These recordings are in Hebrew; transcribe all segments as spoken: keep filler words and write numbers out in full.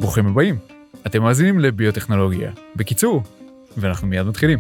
ברוכים הבאים. אתם מאזינים לביוטכנולוגיה. בקיצור, ואנחנו מיד מתחילים.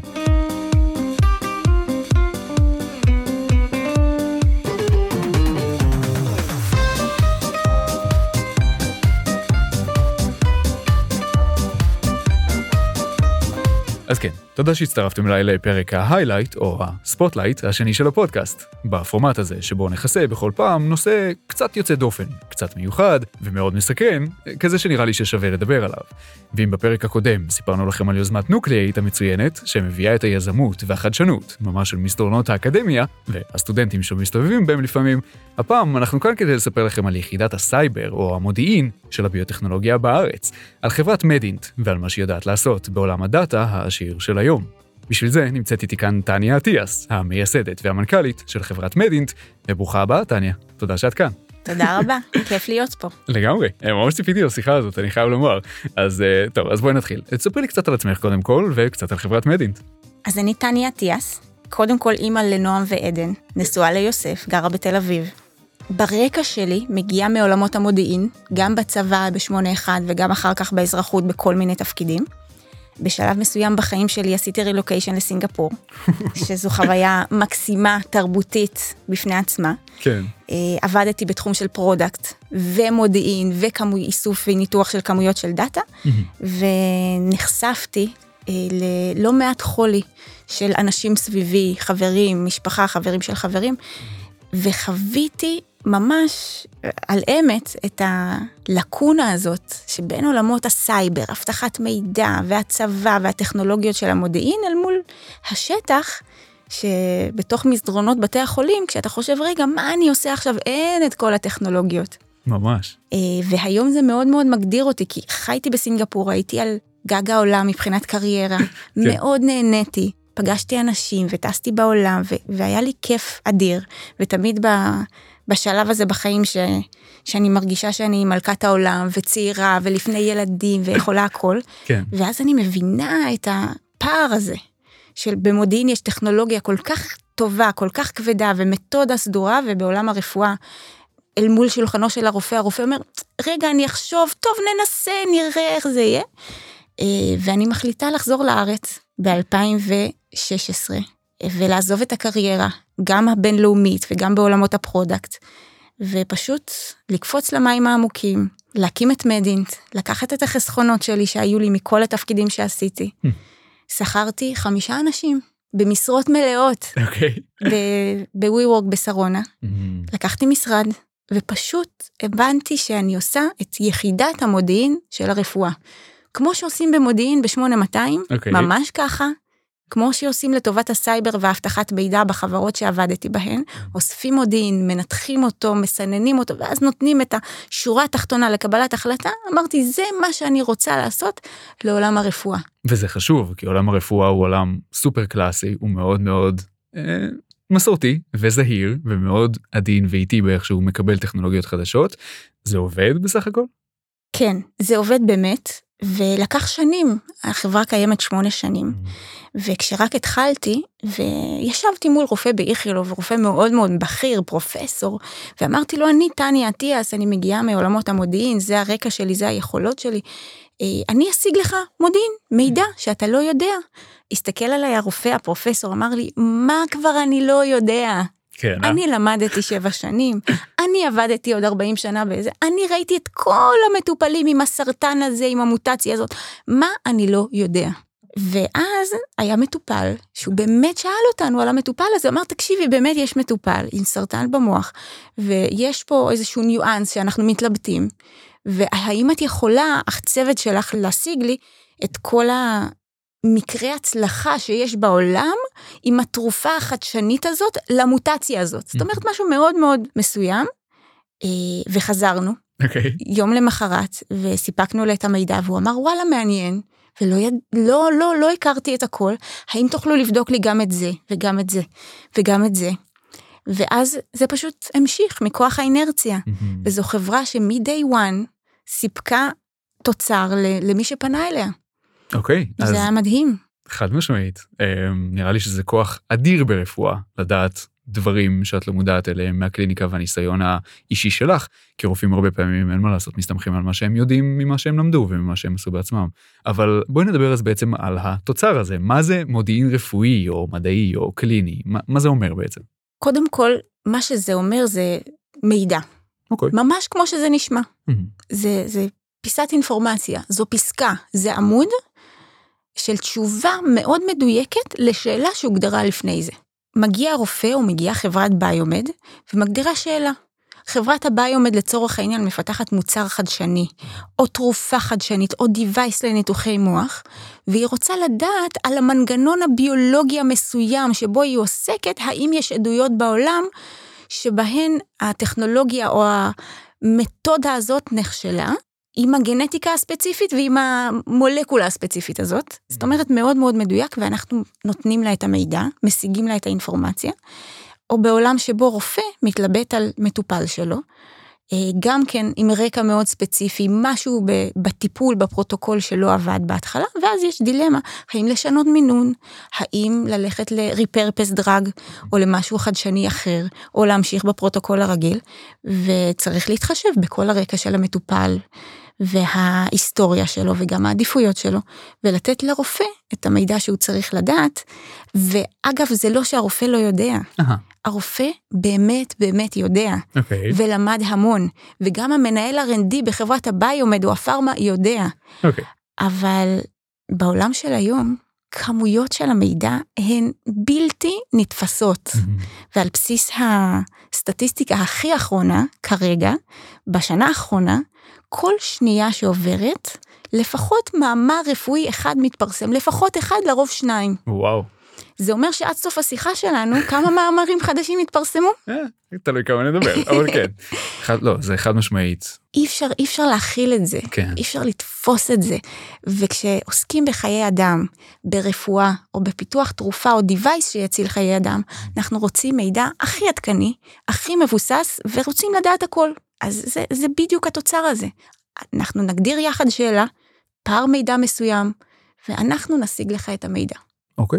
אז כן, תודה שהצטרפתם אליי לפרק ההיילייט או הספוטלייט השני של הפודקאסט. בפורמט הזה שבו נחסה בכל פעם נושא קצת יוצא דופן, קצת מיוחד ומאוד מסקרן, כזה שנראה לי ששווה לדבר עליו. ואם בפרק הקודם סיפרנו לכם על יוזמת נוקלייט המצוינת, שמביאה את היזמות והחדשנות, ממש של מסדרונות האקדמיה, והסטודנטים שמסתובבים בהם לפעמים, הפעם אנחנו כאן כדי לספר לכם על יחידת הסייבר או המודיעין של הביוטכנולוגיה בארץ, על חברת מדינט ועל מה שהיא יודעת לעשות בעולם הדאטה העשיר של היום. בשביל זה נמצאת איתי כאן טניה אטיאס, המייסדת והמנכ"לית של חברת מדינט, וברוכה הבאה טניה, תודה שאת כאן. תודה רבה, כיף להיות פה. לגמרי, ממש ציפיתי לשיחה הזאת, אני חייב לומר. אז טוב, אז בואי נתחיל. תספרי לי קצת על עצמך קודם כל, וקצת על חברת מדינט. אז אני טניה אטיאס, קודם כל אימא לנועם ועדן, נשואה ליוסף, גרה בתל אביב. ברקע שלי מגיעה מעולמות המודיעין, גם בצבא ב-שמונה אחד וגם אחר כך באזרחות בכל מיני תפקידים. בשלב מסוים בחיים שלי עשיתי רילוקיישן לסינגפור, שזו חוויה מקסימה, תרבותית בפני עצמה. כן. עבדתי בתחום של פרודקט ומודיעין וכמוי איסוף וניתוח של כמויות של דאטה, ונחשפתי ללא מעט חולי של אנשים סביבי, חברים, משפחה, חברים של חברים, וחוויתי ממש על אמת את הלקונה הזאת שבין עולמות הסייבר, הבטחת מידע והצבא והטכנולוגיות של המודיעין אל מול השטח שבתוך מסדרונות בתי החולים, כשאתה חושב רגע מה אני עושה עכשיו, אין את כל הטכנולוגיות. ממש. והיום זה מאוד מאוד מגדיר אותי, כי חייתי בסינגפור, הייתי על גג העולם מבחינת קריירה, מאוד נהניתי. פגשתי אנשים וטסתי בעולם, והיה לי כיף אדיר, ותמיד בשלב הזה בחיים ש, שאני מרגישה שאני מלכת העולם, וצעירה, ולפני ילדים, ויכולה הכל, כן. ואז אני מבינה את הפער הזה, של במודיעין יש טכנולוגיה כל כך טובה, כל כך כבדה, ומתודה סדורה, ובעולם הרפואה, אל מול שולחנו של הרופא, הרופא אומר, רגע, אני אחשוב, טוב, ננסה, נראה איך זה יהיה, ואני מחליטה לחזור לארץ ב-אלפיים ושש עשרה, ולעזוב את הקריירה, גם הבינלאומית וגם בעולמות הפרודקט, ופשוט לקפוץ למים העמוקים, להקים את מדינט, לקחת את החסכונות שלי שהיו לי מכל התפקידים שעשיתי. שכרתי חמישה אנשים במשרות מלאות, אוקיי. ב-WeWork בשרונה, לקחתי משרד, ופשוט הבנתי שאני עושה את יחידת המודיעין של הרפואה. כמו שעושים במודיעין ב-שמונה מאתיים, okay. ממש ככה, כמו שעושים לטובת הסייבר והבטחת מידע בחברות שעבדתי בהן, אוספים מודיעין, מנתחים אותו, מסננים אותו, ואז נותנים את השורה התחתונה לקבלת החלטה, אמרתי, זה מה שאני רוצה לעשות לעולם הרפואה. וזה חשוב, כי עולם הרפואה הוא עולם סופר קלאסי, הוא מאוד מאוד אה, מסורתי וזהיר, ומאוד עדין ואיטי באיך שהוא מקבל טכנולוגיות חדשות. זה עובד בסך הכל? כן, זה עובד באמת, ולקח שנים, החברה קיימת שמונה שנים, וכשרק התחלתי, וישבתי מול רופא באיכילוב, רופא מאוד מאוד בכיר, פרופסור, ואמרתי לו, אני טניה אטיאס, אני מגיעה מעולמות המודיעין, זה הרקע שלי, זה היכולות שלי, אני אשיג לך מודיעין, מידע שאתה לא יודע. הסתכל עליי הרופא, הפרופסור, אמר לי, מה כבר אני לא יודע? כן, אני למדתי שבע שנים, אני עבדתי עוד ארבעים שנה באיזה, אני ראיתי את כל המטופלים עם הסרטן הזה, עם המוטציה הזאת, מה אני לא יודע. ואז היה מטופל, שהוא באמת שאל אותנו על המטופל הזה, אמר, תקשיבי, באמת יש מטופל עם סרטן במוח, ויש פה איזשהו ניואנס שאנחנו מתלבטים, והאם את יכולה, הצוות שלך להשיג לי את כל ה... מקרה הצלחה שיש בעולם עם התרופה החדשנית הזאת למוטציה הזאת. זאת אומרת משהו מאוד מאוד מסוים, וחזרנו יום למחרת, וסיפקנו לה את המידע, והוא אמר, וואלה, מעניין, ולא יד... לא, לא, לא הכרתי את הכל, האם תוכלו לבדוק לי גם את זה, וגם את זה, וגם את זה. ואז זה פשוט המשיך מכוח האינרציה, וזו חברה שמ-day one סיפקה תוצר למי שפנה אליה. אוקיי. זה היה מדהים. חד משמעית. נראה לי שזה כוח אדיר ברפואה, לדעת דברים שאת לא מודעת אליהם מהקליניקה והניסיון האישי שלך, כי רופאים הרבה פעמים אין מה לעשות, מסתמכים על מה שהם יודעים ממה שהם למדו וממה שהם עשו בעצמם. אבל בואי נדבר אז בעצם על התוצר הזה, מה זה מודיעין רפואי או מדעי או קליני, מה, מה זה אומר בעצם? קודם כל, מה שזה אומר זה מידע. אוקיי. ממש כמו שזה נשמע. Mm-hmm. זה, זה פיסת אינפורמציה, זו פסקה, זה עמוד של תשובה מאוד מדויקת לשאלה שהוגדרה לפני זה. מגיע רופא או מגיעה חברת ביומד ומגדירה שאלה. חברת הביומד לצורך העניין מפתחת מוצר חדשני, או תרופה חדשנית, או דיווייס לניתוחי מוח, והיא רוצה לדעת על המנגנון הביולוגי המסוים שבו היא עוסקת, האם יש עדויות בעולם שבהן הטכנולוגיה או המתודה הזאת נכשלה, עם הגנטיקה הספציפית ועם המולקולה הספציפית הזאת. זאת אומרת מאוד מאוד מדויק, ואנחנו נותנים לה את המידע, משיגים לה את האינפורמציה, או בעולם שבו רופא מתלבט על מטופל שלו, גם כן עם רקע מאוד ספציפי, משהו בטיפול, בפרוטוקול שלא עבד בהתחלה, ואז יש דילמה, האם לשנות מינון, האם ללכת ל-repurpose drug, או למשהו חדשני אחר, או להמשיך בפרוטוקול הרגיל, וצריך להתחשב בכל הרקע של המטופל, וההיסטוריה שלו, וגם העדיפויות שלו, ולתת לרופא את המידע שהוא צריך לדעת, ואגב, זה לא שהרופא לא יודע, uh-huh. הרופא באמת באמת יודע, okay. ולמד המון, וגם המנהל אר אנד די בחברת הביומד או הפארמה יודע, okay. אבל בעולם של היום, כמויות של המידע הן בלתי נתפסות, mm-hmm. ועל בסיס הסטטיסטיקה הכי אחרונה, כרגע, בשנה האחרונה, כל שנייה שעוברת, לפחות מאמר רפואי אחד מתפרסם, לפחות אחד לרוב שניים. וואו. זה אומר שעד סוף השיחה שלנו, כמה מאמרים חדשים התפרסמו? תלוי כמה נדבר, אבל כן. לא, זה חד משמעית. אי אפשר, אי אפשר להכיל את זה. אי אפשר לתפוס את זה. וכשעוסקים בחיי אדם, ברפואה, או בפיתוח תרופה, או דיווייס שיציל חיי אדם, אנחנו רוצים מידע הכי עדכני, הכי מבוסס, ורוצים לדעת הכל. אז זה, זה בדיוק התוצר הזה. אנחנו נגדיר יחד שאלה, פער מידע מסוים, ואנחנו נשיג לך את המידע. אוקיי.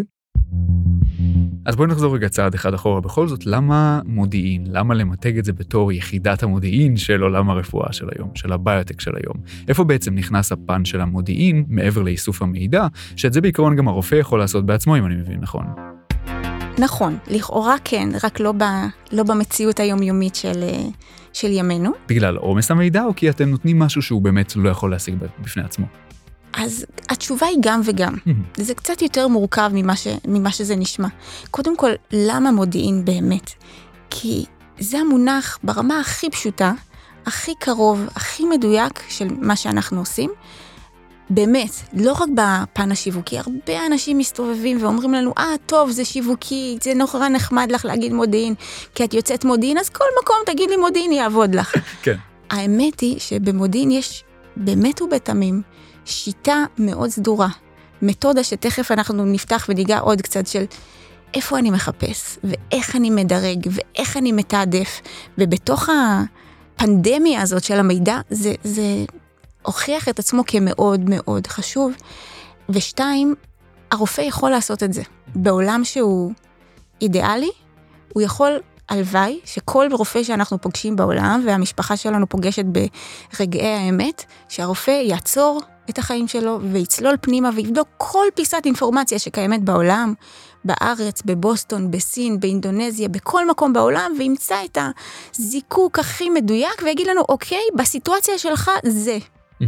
אז בואי נחזור רגע צעד אחד אחורה. בכל זאת, למה מודיעין? למה למתג את זה בתור יחידת המודיעין של עולם הרפואה של היום, של הביוטק של היום? איפה בעצם נכנס הפן של המודיעין מעבר לאיסוף המידע, שאת זה בעיקרון גם הרופא יכול לעשות בעצמו, אם אני מבין נכון? נכון, לכאורה כן, רק לא, ב, לא במציאות היומיומית של, של ימינו. בגלל עומס המידע, או כי אתם נותנים משהו שהוא באמת לא יכול להשיג בפני עצמו? אז התשובה היא גם וגם. Mm-hmm. זה קצת יותר מורכב ממה, ש, ממה שזה נשמע. קודם כל, למה מודיעין באמת? כי זה המונח ברמה הכי פשוטה, הכי קרוב, הכי מדויק של מה שאנחנו עושים. באמת, לא רק בפן השיווקי, הרבה אנשים מסתובבים ואומרים לנו, אה, טוב, זה שיווקי, זה נורא נחמד לך להגיד מודיעין, כי את יוצאת מודיעין, אז כל מקום תגיד לי מודיעין יעבוד לך. כן. האמת היא שבמודיעין יש באמת ובתמים, שיטה מאוד סדורה, מתודה שתכף אנחנו נפתח וניגע עוד קצת של איפה אני מחפש, ואיך אני מדרג, ואיך אני מתעדף, ובתוך הפנדמיה הזאת של המידע, זה, זה הוכיח את עצמו כמאוד מאוד חשוב, ושתיים, הרופא יכול לעשות את זה. בעולם שהוא אידיאלי, הוא יכול, הלוואי, שכל רופא שאנחנו פוגשים בעולם, והמשפחה שלנו פוגשת ברגעי האמת, שהרופא יעצור את החיים שלו, ויצלול פנימה, ויבדוק כל פיסת אינפורמציה שקיימת בעולם, בארץ, בבוסטון, בסין, באינדונזיה, בכל מקום בעולם, וימצא את הזיקוק הכי מדויק, ויגיד לנו, אוקיי, בסיטואציה שלך זה.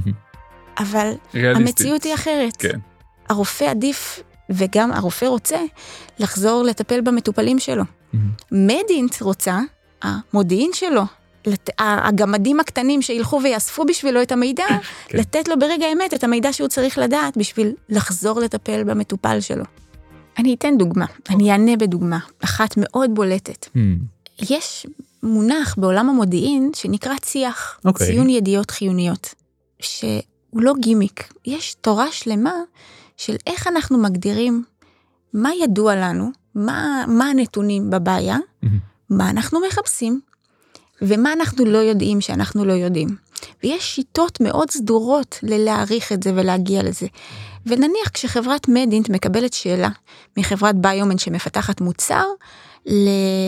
אבל המציאות היא אחרת. כן. הרופא עדיף, וגם הרופא רוצה, לחזור לטפל במטופלים שלו. מדינט רוצה, המודיעין שלו, הגמדים הקטנים שילכו ויאספו בשבילו את המידע, לתת לו ברגע האמת את המידע שהוא צריך לדעת, בשביל לחזור לטפל במטופל שלו. אני אתן דוגמה, אני אענה בדוגמה, אחת מאוד בולטת. יש מונח בעולם המודיעין שנקרא צי"ח, ציון ידיעות חיוניות, שהוא לא גימיק. יש תורה שלמה של איך אנחנו מגדירים מה ידוע לנו, מה, מה הנתונים בבעיה, מה אנחנו מחפשים, ומה אנחנו לא יודעים שאנחנו לא יודעים. ויש שיטות מאוד סדורות ללהעריך את זה ולהגיע לזה. ונניח כשחברת מדינט מקבלת שאלה מחברת ביומד שמפתחת מוצר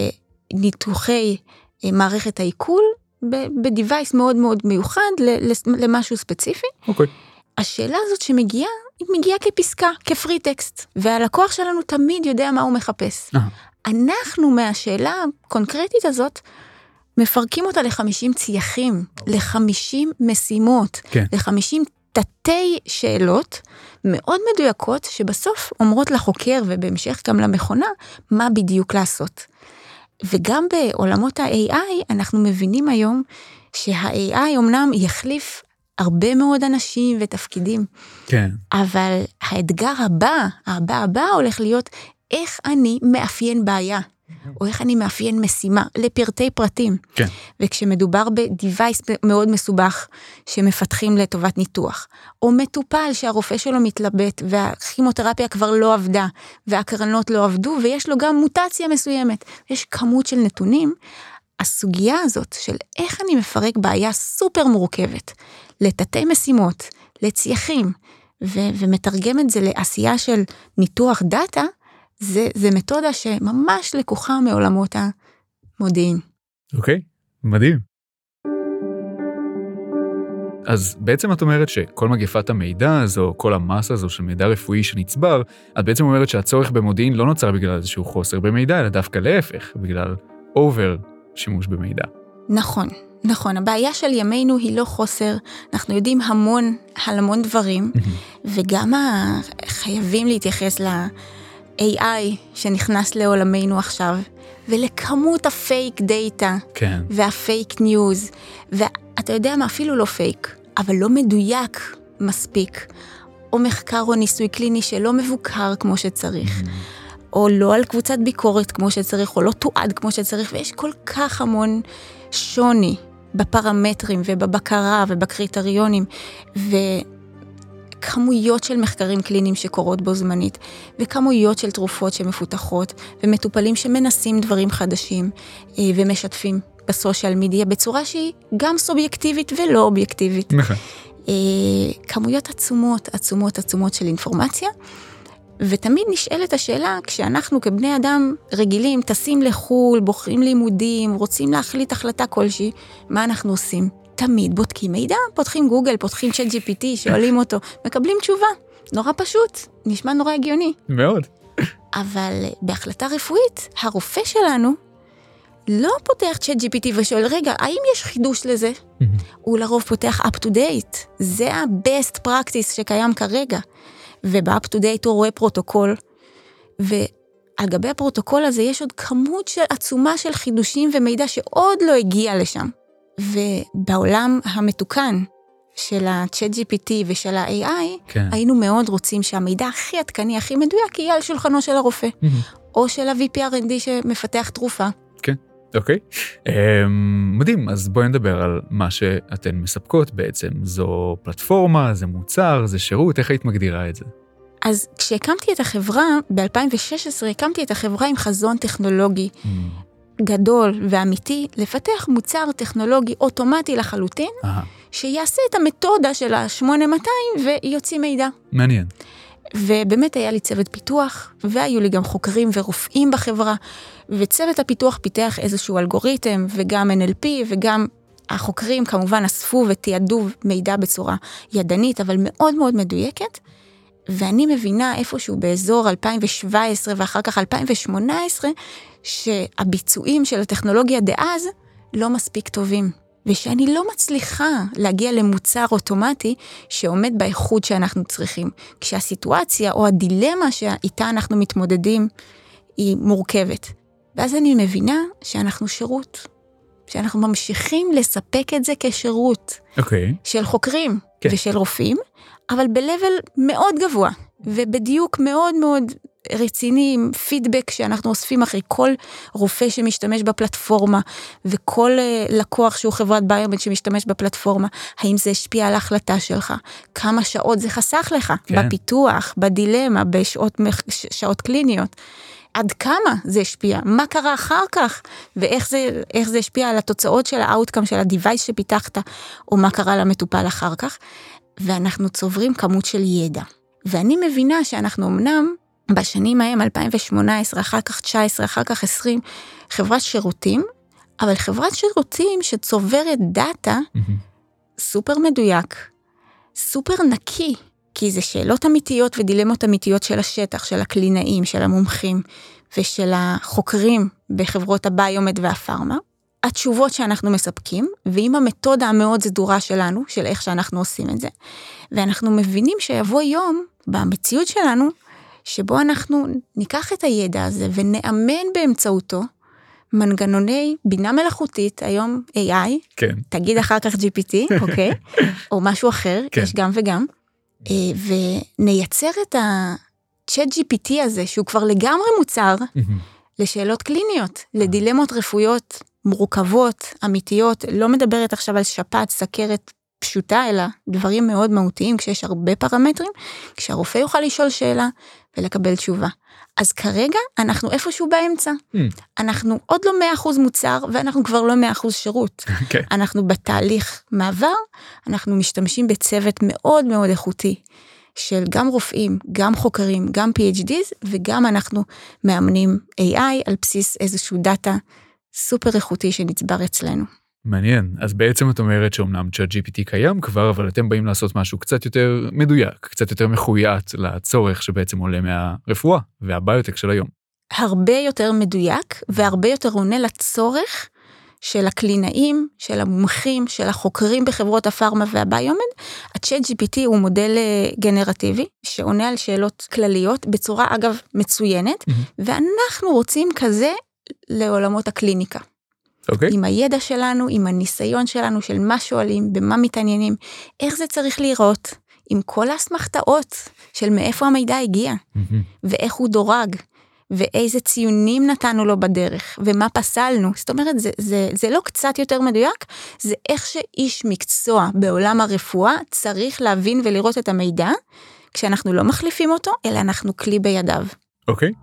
ניתוחי מערכת העיכול, בדיווייס מאוד מאוד מיוחד למשהו ספציפי. אוקיי. השאלה הזאת שמגיעה, היא מגיעה כפסקה, כפרי טקסט, והלקוח שלנו תמיד יודע מה הוא מחפש. אנחנו מהשאלה הקונקרטית הזאת, מפרקים אותה ל-חמישים צייחים, ל-חמישים משימות, ל-חמישים תתי שאלות מאוד מדויקות, שבסוף אומרות לחוקר ובהמשך גם למכונה, מה בדיוק לעשות. וגם בעולמות ה-איי איי, אנחנו מבינים היום שה-איי איי אומנם יחליף הרבה מאוד אנשים ותפקידים. כן. אבל האתגר הבא, הבא הבא הולך להיות איך אני מאפיין בעיה, או איך אני מאפיין משימה, לפרטי פרטים. כן. וכשמדובר בדיווייס מאוד מסובך, שמפתחים לטובת ניתוח, או מטופל שהרופא שלו מתלבט, והכימותרפיה כבר לא עבדה, והקרנות לא עבדו, ויש לו גם מוטציה מסוימת, יש כמות של נתונים, הסוגיה הזאת של איך אני מפרק בעיה סופר מורכבת, לתתי משימות, לצייחים, ו- ומתרגם את זה לעשייה של ניתוח דאטה, זה, זה מתודה שממש לקוחה מעולמות המודיעין. אוקיי, מדהים. אז בעצם את אומרת שכל מגפת המידע הזו, כל המסה הזו של מידע רפואי שנצבר, את בעצם אומרת שהצורך במודיעין לא נוצר בגלל איזשהו חוסר במידע, אלא דווקא להפך, בגלל אובר שימוש במידע. נכון, נכון. הבעיה של ימינו היא לא חוסר, אנחנו יודעים המון על המון דברים, וגם חייבים להתייחס ל-איי איי שנכנס לעולמנו עכשיו, ולכמות הפייק דאטה, כן. והפייק ניוז, ואתה יודע מה, אפילו לא פייק, אבל לא מדויק מספיק, או מחקר או ניסוי קליני שלא מבוקר כמו שצריך, או לא על קבוצת ביקורת כמו שצריך, או לא תועד כמו שצריך, ויש כל כך המון שוני בפרמטרים ובבקרה ובקריטריונים, וכמויות של מחקרים קליניים שקורות בו זמנית, וכמויות של תרופות שמפותחות, ומטופלים שמנסים דברים חדשים, ומשתפים בסושיאל מדיה, בצורה שהיא גם סובייקטיבית ולא אובייקטיבית. נכון. כמויות עצומות, עצומות, עצומות של אינפורמציה, ותמיד נשאלת השאלה, כשאנחנו כבני אדם רגילים, טסים לחול, בוחרים לימודים, רוצים להחליט החלטה כלשהי, מה אנחנו עושים? תמיד בודקים מידע, פותחים גוגל, פותחים צ'אט ג'י פי טי, שואלים אותו, מקבלים תשובה. נורא פשוט, נשמע נורא הגיוני. מאוד. אבל בהחלטה רפואית, הרופא שלנו לא פותח צ'אט ג'י פי טי ושואל, רגע, האם יש חידוש לזה? הוא לרוב פותח up to date. זה ה-best practice שקיים כרגע. וב-up to date הוא רואה פרוטוקול, ועל גבי הפרוטוקול הזה יש עוד כמות של עצומה של חידושים ומידע שעוד לא הגיע לשם. ובעולם המתוקן של ה-צ'אט ג'י פי טי ושל ה-איי איי, כן. היינו מאוד רוצים שהמידע הכי עדכני, הכי מדויק, יהיה על שולחנו של הרופא, mm-hmm. או של ה-וי פי אר אנד די שמפתח תרופה. כן, אוקיי. מדהים, אז בואי נדבר על מה שאתן מספקות בעצם. זו פלטפורמה, זה מוצר, זה שירות, איך היית מגדירה את זה? אז כשהקמתי את החברה, ב-אלפיים ושש עשרה הקמתי את החברה עם חזון טכנולוגי mm. גדול ואמיתי, לפתח מוצר טכנולוגי אוטומטי לחלוטין, Aha. שיעשה את המתודה של ה-שמונה מאתיים ויוציא מידע. מעניין. ובאמת היה לי צוות פיתוח, והיו לי גם חוקרים ורופאים בחברה, וצוות הפיתוח פיתח איזשהו אלגוריתם, וגם אן אל פי, וגם החוקרים כמובן אספו ותיעדו מידע בצורה ידנית, אבל מאוד מאוד מדויקת, ואני מבינה איפשהו באזור אלפיים שבע עשרה ואחר כך אלפיים שמונה עשרה, שהביצועים של הטכנולוגיה דאז לא מספיק טובים. ושאני לא מצליחה להגיע למוצר אוטומטי שעומד באיכות שאנחנו צריכים, כשהסיטואציה או הדילמה שאיתה אנחנו מתמודדים היא מורכבת. ואז אני מבינה שאנחנו שירות, שאנחנו ממשיכים לספק את זה כשירות, okay. של חוקרים okay. ושל רופאים, אבל בלבל מאוד גבוה, ובדיוק מאוד מאוד רציני, עם פידבק שאנחנו אוספים אחרי כל רופא שמשתמש בפלטפורמה, וכל לקוח שהוא חברת ביומד שמשתמש בפלטפורמה, האם זה השפיע על ההחלטה שלך, כמה שעות זה חסך לך, כן. בפיתוח, בדילמה, בשעות שעות קליניות, עד כמה זה השפיע, מה קרה אחר כך, ואיך זה, איך זה השפיע על התוצאות של האוטקאם, של הדיווייס שפיתחת, או מה קרה למטופל אחר כך, ואנחנו צוברים כמות של ידע. ואני מבינה שאנחנו אמנם בשנים ההם אלפיים ושמונה עשרה, אחר כך תשע עשרה, אחר כך עשרים, חברת שירותים, אבל חברת שירותים שצוברת דאטה סופר מדויק, סופר נקי, כי זה שאלות אמיתיות ודילמות אמיתיות של השטח, של הקלינאים, של המומחים ושל החוקרים בחברות הביומד והפארמה. התשובות שאנחנו מספקים, ועם המתודה המאוד סדורה שלנו, של איך שאנחנו עושים את זה, ואנחנו מבינים שיבוא יום במציאות שלנו, שבו אנחנו ניקח את הידע הזה ונאמן באמצעותו מנגנוני בינה מלאכותית, היום איי איי, כן. תגיד אחר כך ג'י פי טי, אוקיי? או משהו אחר, כן. יש גם וגם, ונייצר את ה-צ'אט ג'י פי טי הזה, שהוא כבר לגמרי מוצר, לשאלות קליניות, לדילמות רפואיות מורכבות, אמיתיות, לא מדברת עכשיו על שפעת, סכרת פשוטה, אלא דברים מאוד מהותיים, כשיש הרבה פרמטרים, כשהרופא יוכל לשאול שאלה ולקבל תשובה. אז כרגע אנחנו איפשהו באמצע. Mm. אנחנו עוד לא מאה אחוז מוצר, ואנחנו כבר לא מאה אחוז שירות. Okay. אנחנו בתהליך מעבר, אנחנו משתמשים בצוות מאוד מאוד איכותי, של גם רופאים, גם חוקרים, גם פי אייץ' דיז, וגם אנחנו מאמנים איי איי על בסיס איזשהו דאטה סופר איכותי שנצבר אצלנו. מעניין. אז בעצם את אומרת שאומנם צ'אט ג'י פי טי קיים כבר, אבל אתם באים לעשות משהו קצת יותר מדויק, קצת יותר מחויית לצורך שבעצם עולה מהרפואה והביוטק של היום. הרבה יותר מדויק, והרבה יותר עונה לצורך של הקלינאים, של המומחים, של החוקרים בחברות הפארמה והביומד. הצ'אט ג'י פי טי הוא מודל גנרטיבי, שעונה על שאלות כלליות, בצורה אגב מצוינת, mm-hmm. ואנחנו רוצים כזה לעולמות הקליניקה. Okay. עם הידע שלנו, עם הניסיון שלנו, של מה שואלים, במה מתעניינים, איך זה צריך לראות, עם כל ההסמכתאות של מאיפה המידע הגיע, mm-hmm. ואיך הוא דורג, ואיזה ציונים נתנו לו בדרך, ומה פסלנו. זאת אומרת, זה, זה, זה לא קצת יותר מדויק, זה איך שאיש מקצוע בעולם הרפואה צריך להבין ולראות את המידע, כשאנחנו לא מחליפים אותו, אלא אנחנו כלי בידיו. אוקיי. Okay.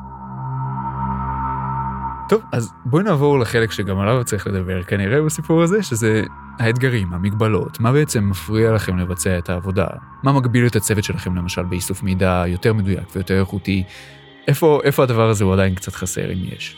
טוב, אז בואי נעבור לחלק שגם עליו צריך לדבר כנראה בסיפור הזה, שזה האתגרים, המגבלות, מה בעצם מפריע לכם לבצע את העבודה, מה מגביל את הצוות שלכם למשל באיסוף מידע יותר מדויק ויותר איכותי, איפה, איפה הדבר הזה הוא עדיין קצת חסר אם יש?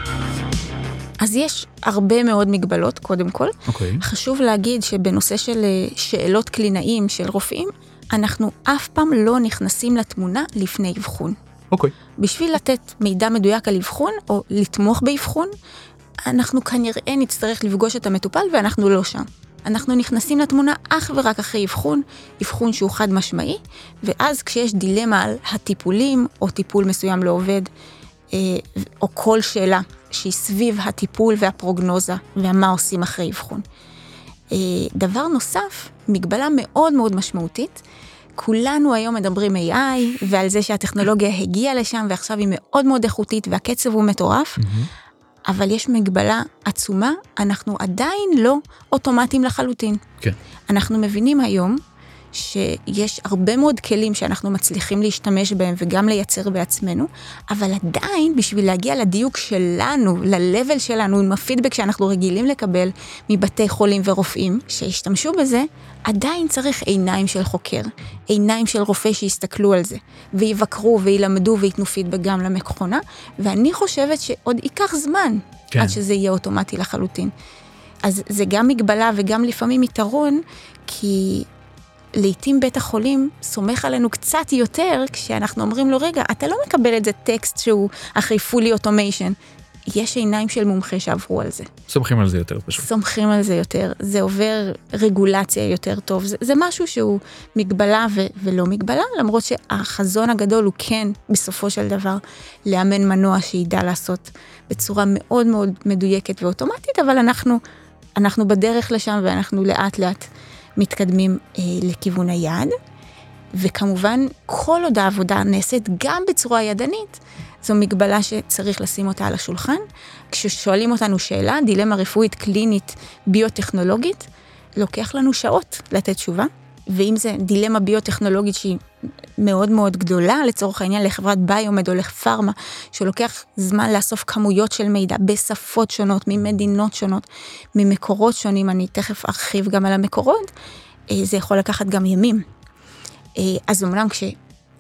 אז יש הרבה מאוד מגבלות קודם כל, okay. חשוב להגיד שבנושא של שאלות קלינאים של רופאים, אנחנו אף פעם לא נכנסים לתמונה לפני אבחון. אוקיי. בשביל לתת מידע מדויק על אבחון, או לתמוך באבחון, אנחנו כנראה נצטרך לפגוש את המטופל, ואנחנו לא שם. אנחנו נכנסים לתמונה אך ורק אחרי אבחון, אבחון שהוא חד משמעי, ואז כשיש דילמה על הטיפולים, או טיפול מסוים לא עובד, או כל שאלה שהיא סביב הטיפול והפרוגנוזה, ומה עושים אחרי אבחון. דבר נוסף, מגבלה מאוד מאוד משמעותית, כולנו היום מדברים איי איי, ועל זה שהטכנולוגיה הגיעה לשם, ועכשיו היא מאוד מאוד איכותית, והקצב הוא מטורף, mm-hmm. אבל יש מגבלה עצומה, אנחנו עדיין לא אוטומטיים לחלוטין. כן. אנחנו מבינים היום, שיש הרבה מאוד כלים שאנחנו מצליחים להשתמש בהם, וגם לייצר בעצמנו, אבל עדיין, בשביל להגיע לדיוק שלנו, ללבל שלנו, עם הפידבק שאנחנו רגילים לקבל, מבתי חולים ורופאים, שהשתמשו בזה, עדיין צריך עיניים של חוקר, עיניים של רופא שיסתכלו על זה, ויבקרו וילמדו ויתנו פידבק גם למכונה, ואני חושבת שעוד ייקח זמן, כן. עד שזה יהיה אוטומטי לחלוטין. אז זה גם מגבלה וגם לפעמים יתרון, כי לעתים בית החולים סומך עלינו קצת יותר, כשאנחנו אומרים לו, רגע, אתה לא מקבל את זה טקסט שהוא אחרי fully automation, יש עיניים של מומחה שעברו על זה. סומכים על זה יותר פשוט. סומכים על זה יותר, זה עובר רגולציה יותר טוב, זה, זה משהו שהוא מגבלה ו- ולא מגבלה, למרות שהחזון הגדול הוא כן, בסופו של דבר, לאמן מנוע שידע לעשות בצורה מאוד מאוד מדויקת ואוטומטית, אבל אנחנו, אנחנו בדרך לשם ואנחנו לאט לאט מתקדמים אה, לכיוון היעד, וכמובן כל עוד העבודה נעשית גם בצורה ידנית, זו מגבלה שצריך לשים אותה על השולחן. כששואלים אותנו שאלה, דילמה רפואית, קלינית, ביוטכנולוגית, לוקח לנו שעות לתת תשובה, ואם זה דילמה ביוטכנולוגית שהיא מאוד מאוד גדולה, לצורך העניין לחברת ביומד או לפארמה, שלוקח זמן לאסוף כמויות של מידע בשפות שונות, ממדינות שונות, ממקורות שונים, אני תכף ארחיב גם על המקורות, זה יכול לקחת גם ימים. אז אומנם כש...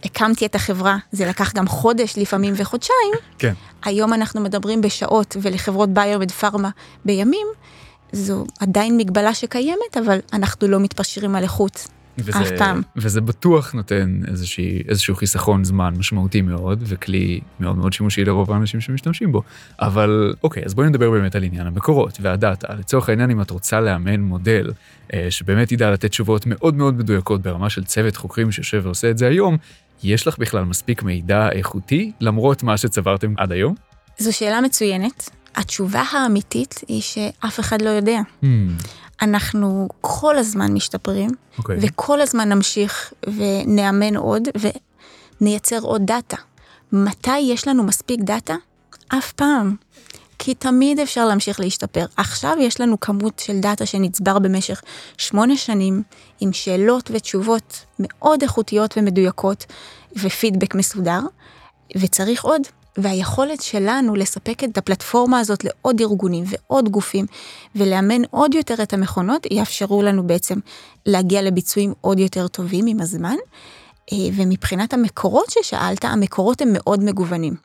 הקמתי את החברה, זה לקח גם חודש לפעמים וחודשיים, כן. היום אנחנו מדברים בשעות, ולחברות ביומד פארמה בימים, זו עדיין מגבלה שקיימת, אבל אנחנו לא מתפשרים על איכות. וזה, אף פעם. וזה בטוח נותן איזושהי, איזשהו חיסכון זמן משמעותי מאוד, וכלי מאוד מאוד שימושי לרוב האנשים שמשתמשים בו. אבל אוקיי, אז בואי נדבר באמת על עניין המקורות והדאטה. לצורך העניין, אם את רוצה לאמן מודל אה, שבאמת ידע לתת תשובות מאוד מאוד מדויקות ברמה של צוות חוקרים שיושב ועושה את זה היום, יש לך בכלל מספיק מידע איכותי, למרות מה שצברתם עד היום? זו שאלה מצוינת. התשובה האמיתית היא שאף אחד לא יודע. Hmm. אנחנו כל הזמן משתפרים, Okay. וכל הזמן נמשיך ונאמן עוד, ונייצר עוד דאטה. מתי יש לנו מספיק דאטה? אף פעם. כי תמיד אפשר להמשיך להשתפר. עכשיו יש לנו כמות של דאטה שנצבר במשך שמונה שנים, עם שאלות ותשובות מאוד איכותיות ומדויקות, ופידבק מסודר, וצריך עוד. והיכולת שלנו לספק את הפלטפורמה הזאת לעוד ארגונים ועוד גופים, ולאמן עוד יותר את המכונות, יאפשרו לנו בעצם להגיע לביצועים עוד יותר טובים עם הזמן, ומבחינת המקורות ששאלת, המקורות הם מאוד מגוונים.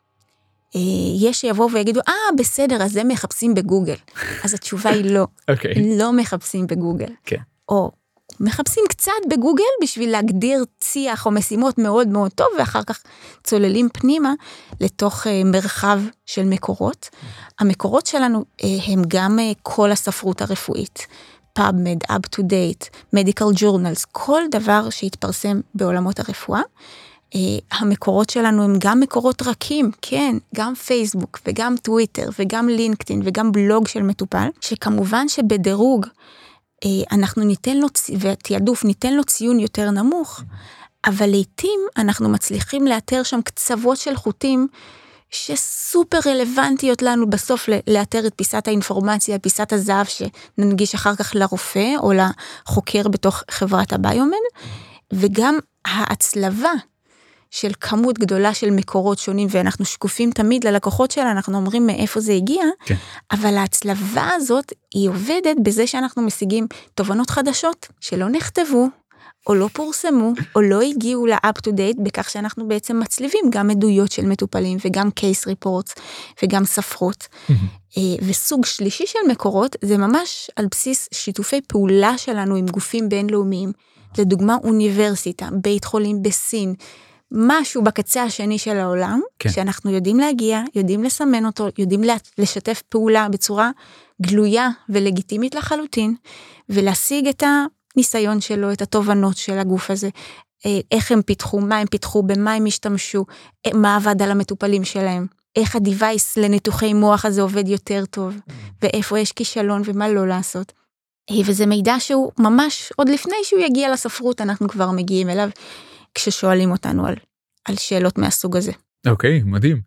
יש שיבואו ויגידו, אה, בסדר, אז הם מחפשים בגוגל. אז התשובה היא לא. Okay. לא מחפשים בגוגל. כן. Okay. או מחפשים קצת בגוגל בשביל להגדיר ציח או משימות מאוד מאוד טוב, ואחר כך צוללים פנימה לתוך מרחב של מקורות. המקורות שלנו הם גם כל הספרות הרפואית, PubMed, Up to Date, Medical Journals, כל דבר שהתפרסם בעולמות הרפואה. המקורות שלנו הם גם מקורות רכים, כן, גם פייסבוק וגם טוויטר וגם לינקדאין וגם בלוג של מטופל, שכמובן שבדירוג אנחנו ניתן לו, ותיעדוף ניתן לו ציון יותר נמוך, אבל לעתים אנחנו מצליחים לאתר שם קצוות של חוטים, שסופר רלוונטיות לנו בסוף לאתר את פיסת האינפורמציה, פיסת הזהב שננגיש אחר כך לרופא או לחוקר בתוך חברת הביומד, וגם ההצלבה של כמות גדולה של מקורות שונים, ואנחנו שקופים תמיד ללקוחות שלה, אנחנו אומרים מאיפה זה הגיע, כן. אבל ההצלבה הזאת היא עובדת בזה שאנחנו משיגים תובנות חדשות, שלא נכתבו, או לא פורסמו, או לא הגיעו ל-up to date, בכך שאנחנו בעצם מצליבים גם עדויות של מטופלים, וגם case reports, וגם ספרות. Mm-hmm. וסוג שלישי של מקורות, זה ממש על בסיס שיתופי פעולה שלנו עם גופים בינלאומיים, לדוגמה אוניברסיטה, בית חולים בסין, משהו בקצה השני של העולם, כן. שאנחנו יודעים להגיע, יודעים לסמן אותו, יודעים לשתף פעולה בצורה גלויה ולגיטימית לחלוטין, ולהשיג את הניסיון שלו, את התובנות של הגוף הזה, איך הם פיתחו, מה הם פיתחו, במה הם השתמשו, מה עבד על המטופלים שלהם, איך הדיווייס לניתוחי מוח הזה עובד יותר טוב, ואיפה יש כישלון ומה לא לעשות. וזה מידע שהוא ממש, עוד לפני שהוא יגיע לספרות, אנחנו כבר מגיעים אליו, כששואלים אותנו על, על שאלות מהסוג הזה. אוקיי, מדהים.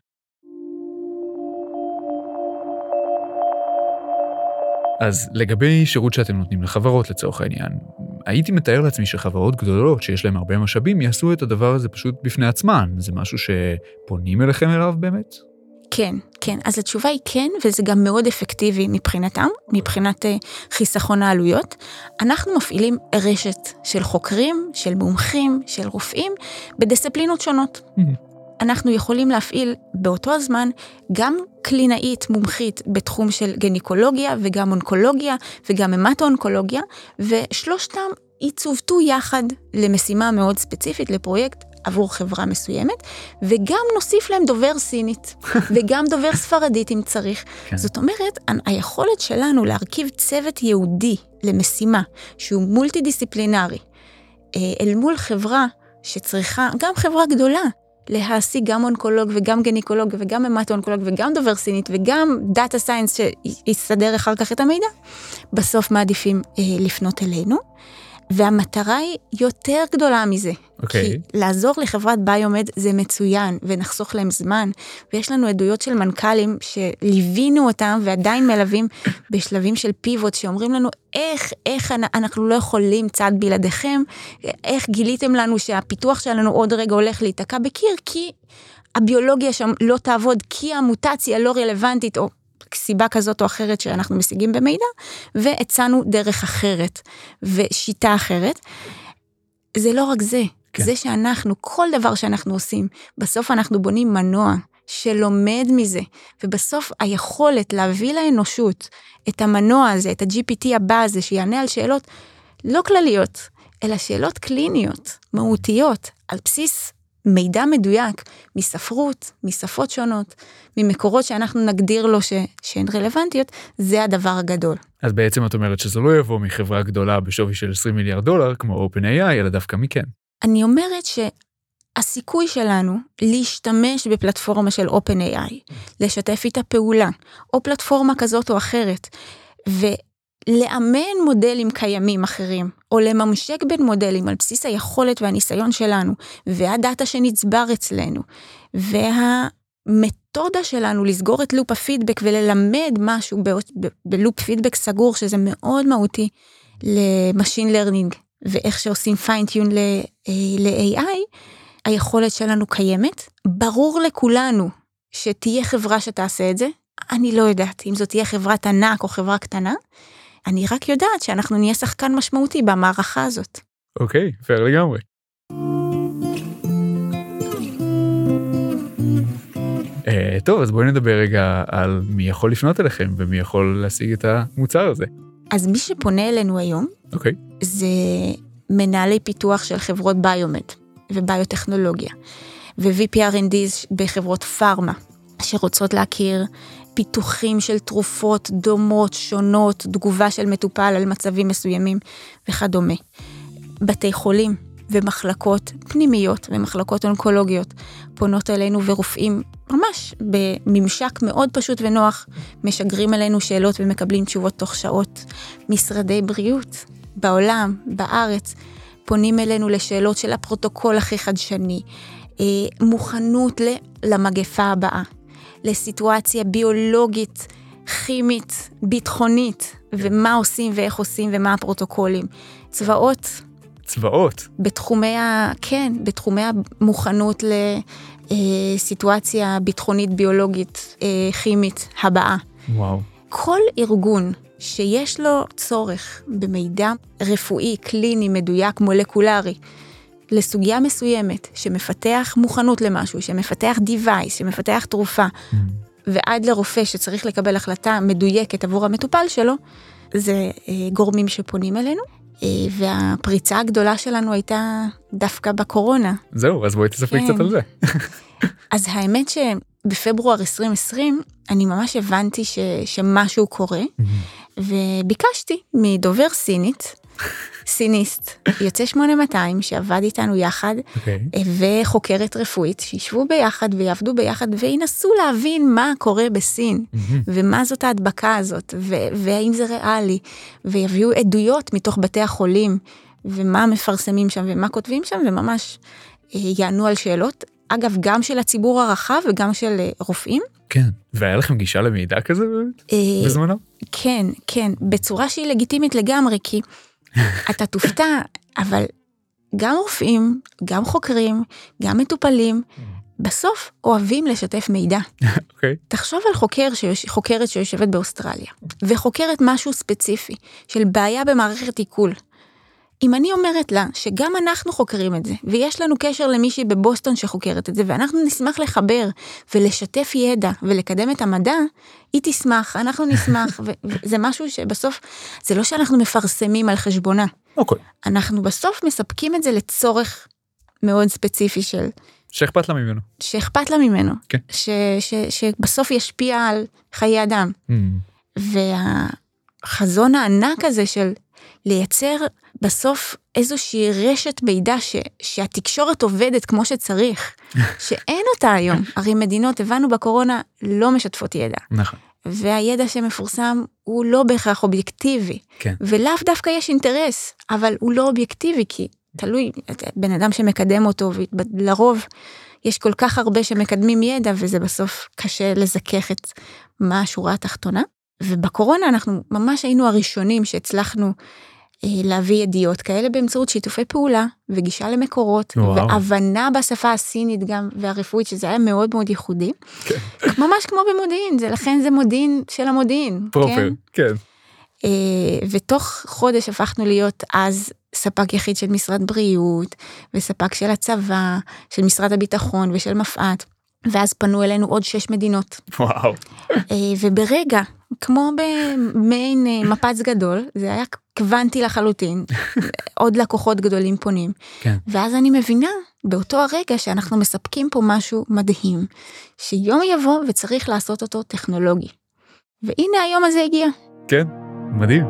אז לגבי שירות שאתם נותנים לחברות לצורך העניין, הייתי מתאר לעצמי שחברות גדולות שיש להם הרבה משאבים, יעשו את הדבר הזה פשוט בפני עצמן. זה משהו שפונים אליכם אליו באמת? כן, כן. אז התשובה היא כן, וזה גם מאוד אפקטיבי מבחינתם, מבחינת חיסכון העלויות. אנחנו מפעילים רשת של חוקרים, של מומחים, של רופאים, בדיסציפלינות שונות. אנחנו יכולים להפעיל באותו הזמן גם קלינאית מומחית בתחום של גניקולוגיה, וגם אונקולוגיה, וגם המטו-אונקולוגיה, ושלושתם יצוותו יחד למשימה מאוד ספציפית, לפרויקט עבור חברה מסוימת, וגם נוסיף להם דובר סינית, וגם דובר ספרדית אם צריך. כן. זאת אומרת, היכולת שלנו להרכיב צוות יהודי למשימה, שהוא מולטי-דיסציפלינרי, אל מול חברה שצריכה, גם חברה גדולה, להשיג גם אונקולוג וגם גניקולוג וגם המטו-אונקולוג וגם דובר סינית וגם דאטה סיינס שיסדר אחר כך את המידע, בסוף מעדיפים אה, לפנות אלינו. והמטרה היא יותר גדולה מזה. Okay. כי לעזור לחברת ביומד זה מצוין, ונחסוך להם זמן, ויש לנו עדויות של מנכ"לים שליווינו אותם, ועדיין מלווים בשלבים של פיבוט, שאומרים לנו, איך, איך אנחנו לא יכולים צעד בלעדיכם, איך גיליתם לנו שהפיתוח שלנו עוד רגע הולך להיתקע בקיר, כי הביולוגיה שם לא תעבוד, כי המוטציה לא רלוונטית, או סיבה כזאת או אחרת שאנחנו משיגים במידע, והצענו דרך אחרת, ושיטה אחרת. זה לא רק זה, כן. זה שאנחנו, כל דבר שאנחנו עושים, בסוף אנחנו בונים מנוע שלומד מזה, ובסוף היכולת להביא לאנושות את המנוע הזה, את ה-ג'י פי טי הבא הזה, שיענה על שאלות לא כלליות, אלא שאלות קליניות, מהותיות, על בסיס מידע מדויק, מספרות, משפות שונות, ממקורות שאנחנו נגדיר לו ש... שהן רלוונטיות, זה הדבר הגדול. אז בעצם את אומרת שזה לא יבוא מחברה גדולה בשווי של עשרים מיליארד דולר, כמו OpenAI, אלא דווקא מכן. אני אומרת שהסיכוי שלנו להשתמש בפלטפורמה של OpenAI, לשתף איתה פעולה, או פלטפורמה כזאת או אחרת, ו... לאמן מודלים קיימים אחרים, או לממשק בין מודלים על בסיס היכולת והניסיון שלנו, והדאטה שנצבר אצלנו, והמתודה שלנו לסגור את לופ הפידבק וללמד משהו ב- בלופ פידבק סגור, שזה מאוד מהותי למשין לרנינג, ואיך שעושים פיינטיון ל-איי איי, היכולת שלנו קיימת. ברור לכולנו שתהיה חברה שתעשה את זה, אני לא יודעת אם זאת תהיה חברת ענק או חברה קטנה, אני רק יודעת שאנחנו נהיה שחקן משמעותי במערכה הזאת. אוקיי, פייר לגמרי. אה, טוב, אז בואי נדבר רגע על מי יכול לפנות אליכם, ומי יכול להשיג את המוצר הזה. אז מי שפונה אלינו היום, אוקיי. זה מנהלי פיתוח של חברות ביומד, וביוטכנולוגיה, ו-וי פי אר אנד די בחברות פארמה, שרוצות להכיר פיתוחים של תרופות דומות, שונות, תגובה של מטופל על מצבים מסוימים וכדומה. בתי חולים ומחלקות פנימיות ומחלקות אונקולוגיות פונות אלינו, ורופאים ממש בממשק מאוד פשוט ונוח משגרים אלינו שאלות ומקבלים תשובות תוך שעות. משרדי בריאות בעולם, בארץ, פונים אלינו לשאלות של הפרוטוקול הכי חדשני, מוכנות למגפה הבאה, לסיטואציה ביולוגית, כימית, ביטחונית, ומה עושים ואיך עושים ומה הפרוטוקולים. צבאות. צבאות? בתחומי ה... כן, בתחומי המוכנות לסיטואציה ביטחונית, ביולוגית, כימית הבאה. וואו. כל ארגון שיש לו צורך במידע רפואי, קליני, מדויק, מולקולרי, לסוגיה מסוימת, שמפתח מוכנות למשהו, שמפתח דיווייס, שמפתח תרופה, mm. ועד לרופא שצריך לקבל החלטה מדויקת עבור המטופל שלו, זה גורמים שפונים אלינו, והפריצה הגדולה שלנו הייתה דווקא בקורונה. זהו, אז בואי תספרי כן. קצת על זה. אז האמת שבפברואר עשרים עשרים, אני ממש הבנתי ש, שמשהו קורה, mm-hmm. וביקשתי מדובר סינית, סיניסט, יוצא שמונה מאתיים, שעבד איתנו יחד, okay. וחוקרת רפואית, שישבו ביחד ויעבדו ביחד, וינסו להבין מה קורה בסין, mm-hmm. ומה זאת ההדבקה הזאת, ו- והאם זה ריאלי, ויביאו עדויות מתוך בתי החולים, ומה מפרסמים שם, ומה כותבים שם, וממש יענו על שאלות, אגב, גם של הציבור הרחב, וגם של רופאים. כן, והיה לכם גישה למידע כזה בזמנו? כן, כן, בצורה שהיא לגיטימית לגמרי, כי אתה תופתע, אבל גם רופאים, גם חוקרים, גם מטופלים, בסוף אוהבים לשתף מידע. אוקיי. תחשוב על חוקר שיש, חוקרת שיושבת באוסטרליה, וחוקרת משהו ספציפי, של בעיה במערכת עיכול. אם אני אומרת לה שגם אנחנו חוקרים את זה, ויש לנו קשר למישהי בבוסטון שחוקרת את זה, ואנחנו נשמח לחבר ולשתף ידע ולקדם את המדע, היא תשמח, אנחנו נשמח, וזה משהו שבסוף, זה לא שאנחנו מפרסמים על חשבונה. אוקיי. אנחנו בסוף מספקים את זה לצורך מאוד ספציפי של... שאכפת לה ממנו. שאכפת לה ממנו. כן. ש, ש, שבסוף ישפיע על חיי אדם. Mm. והחזון הענק הזה של לייצר בסוף איזושהי רשת מידע ש, שהתקשורת עובדת כמו שצריך, שאין אותה היום. הרי מדינות, הבנו בקורונה, לא משתפות ידע. נכון. והידע שמפורסם הוא לא בהכרח אובייקטיבי. כן. ולאו דווקא יש אינטרס, אבל הוא לא אובייקטיבי, כי תלוי, בן אדם שמקדם אותו, ולרוב יש כל כך הרבה שמקדמים ידע, וזה בסוף קשה לזכך את מה השורה התחתונה. ובקורונה אנחנו ממש היינו הראשונים שהצלחנו להביא ידיעות כאלה באמצעות שיתופי פעולה, וגישה למקורות, וואו. והבנה בשפה הסינית גם, והרפואית, שזה היה מאוד מאוד ייחודי. כן. ממש כמו במודיעין, זה לכן זה מודיעין של המודיעין. פרופר, כן. ותוך חודש הפכנו להיות אז ספק יחיד של משרד בריאות, וספק של הצבא, של משרד הביטחון ושל מפעת, ואז פנו אלינו עוד שש מדינות. וואו. וברגע, כמו במעין מפץ גדול, זה היה קוונטי לחלוטין, עוד לקוחות גדולים פונים. כן. ואז אני מבינה, באותו הרגע שאנחנו מספקים פה משהו מדהים, שיום יבוא וצריך לעשות אותו טכנולוגי. והנה היום הזה הגיע. כן, מדהים.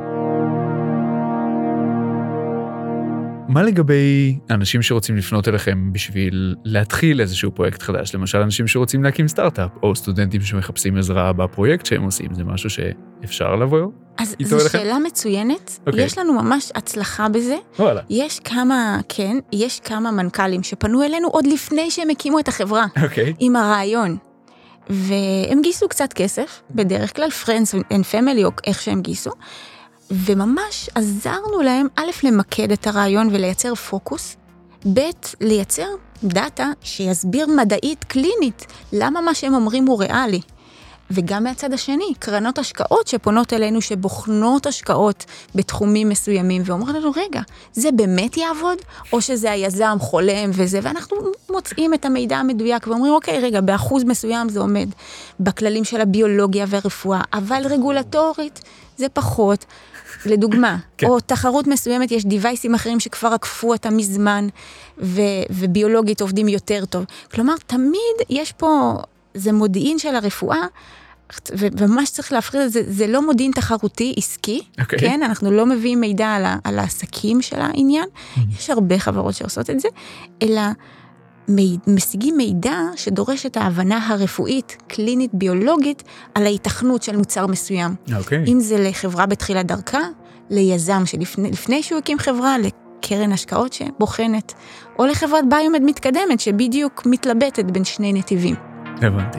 מה לגבי אנשים שרוצים לפנות אליכם בשביל להתחיל איזשהו פרויקט חדש? למשל, אנשים שרוצים להקים סטארט-אפ, או סטודנטים שמחפשים עזרה בפרויקט שהם עושים. זה משהו שאפשר לבוא איתו אליכם? אז זו שאלה מצוינת. Okay. יש לנו ממש הצלחה בזה. וואלה. יש כמה, כן, יש כמה מנכ"לים שפנו אלינו עוד לפני שהם הקימו את החברה. Okay. עם הרעיון. והם גייסו קצת כסף, בדרך כלל, friends and family, או איך שהם גייסו. וממש עזרנו להם, א', למקד את הרעיון ולייצר פוקוס, ב', לייצר דאטה שיסביר מדעית קלינית, למה מה שהם אומרים הוא ריאלי. וגם מהצד השני, קרנות השקעות שפונות אלינו, שבוחנות השקעות בתחומים מסוימים, ואומרים לנו, רגע, זה באמת יעבוד? או שזה היזם חולם וזה, ואנחנו מוצאים את המידע המדויק, ואומרים, אוקיי, רגע, באחוז מסוים זה עומד בכללים של הביולוגיה והרפואה, אבל רגולטורית זה פחות. לדוגמה, כן. או תחרות מסוימת, יש דיווייסים אחרים שכבר עקפו אותם מזמן, ו- וביולוגית עובדים יותר טוב. כלומר, תמיד יש פה, זה מודיעין של הרפואה, ו- ומה שצריך להפריד את זה, זה לא מודיעין תחרותי עסקי, okay. כן? אנחנו לא מביאים מידע על, ה- על העסקים של העניין, mm-hmm. יש הרבה חברות שעושות את זה, אלא מי- משיגים מידע שדורש את ההבנה הרפואית, קלינית, ביולוגית, על ההיתכנות של מוצר מסוים. Okay. אם זה לחברה בתחילת דרכה, ליזם שלפני לפני שהוא הקים חברה, לקרן השקעות שבוחנת, או לחברת ביומד מתקדמת, שבדיוק מתלבטת בין שני נתיבים. הבנתי.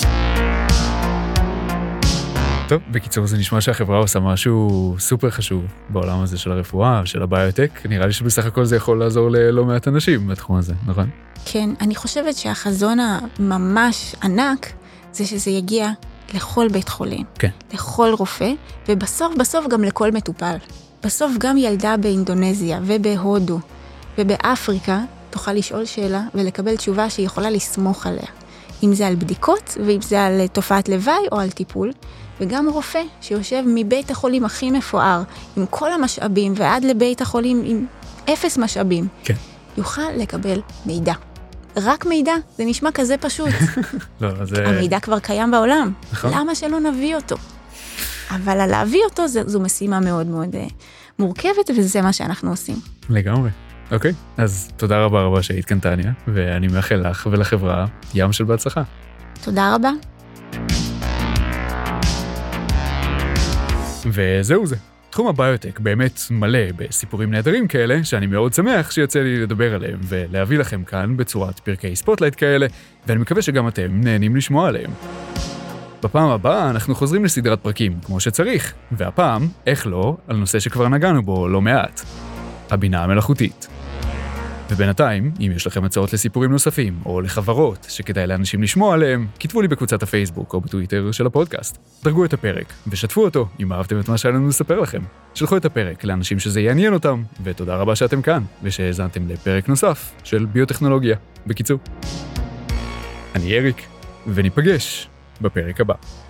טוב, בקיצור, זה נשמע שהחברה עושה משהו סופר חשוב בעולם הזה של הרפואה, של הביוטק. נראה לי שבסך הכל זה יכול לעזור ללא מעט אנשים בתחום הזה, נכון? כן, אני חושבת שהחזון הממש ענק, זה שזה יגיע לכל בית חולים, כן. לכל רופא, ובסוף בסוף גם לכל מטופל. בסוף גם ילדה באינדונזיה ובהודו ובאפריקה תוכל לשאול שאלה ולקבל תשובה שהיא יכולה לסמוך עליה. אם זה על בדיקות ואם זה על תופעת לוואי או על טיפול. וגם רופא שיושב מבית החולים הכי מפואר, עם כל המשאבים ועד לבית החולים עם אפס משאבים, כן. יוכל לקבל מידע. רק מידע, זה נשמע כזה פשוט. לא, זה... המידע כבר קיים בעולם. נכון. למה שלא נביא אותו? אבל על להביא אותו זו, זו משימה מאוד מאוד uh, מורכבת, וזה מה שאנחנו עושים. לגמרי. אוקיי, אז תודה רבה רבה שהיית כאן טניה, ואני מאחל לך ולחברה ים של בהצלחה. תודה רבה. וזהו זה. תחום הביוטק באמת מלא בסיפורים נהדרים כאלה, שאני מאוד שמח שיוצא לי לדבר עליהם ולהביא לכם כאן בצורת פרקי ספוטלייט כאלה, ואני מקווה שגם אתם נהנים לשמוע עליהם. בפעם הבאה אנחנו חוזרים לסדרת פרקים כמו שצריך, והפעם, איך לא, על נושא שכבר נגענו בו לא מעט. הבינה המלאכותית. ובינתיים, אם יש לכם הצעות לסיפורים נוספים, או לחברות שכדאי לאנשים לשמוע עליהם, כתבו לי בקבוצת הפייסבוק או בטוויטר של הפודקאסט. דרגו את הפרק, ושתפו אותו אם אהבתם את מה שהיה לנו לספר לכם. שלחו את הפרק לאנשים שזה יעניין אותם, ותודה רבה שאתם כאן, ושהאזנתם לפרק נוסף של ביוטכנולוגיה. בקיצור, אני אריק, וניפגש בפרק הבא.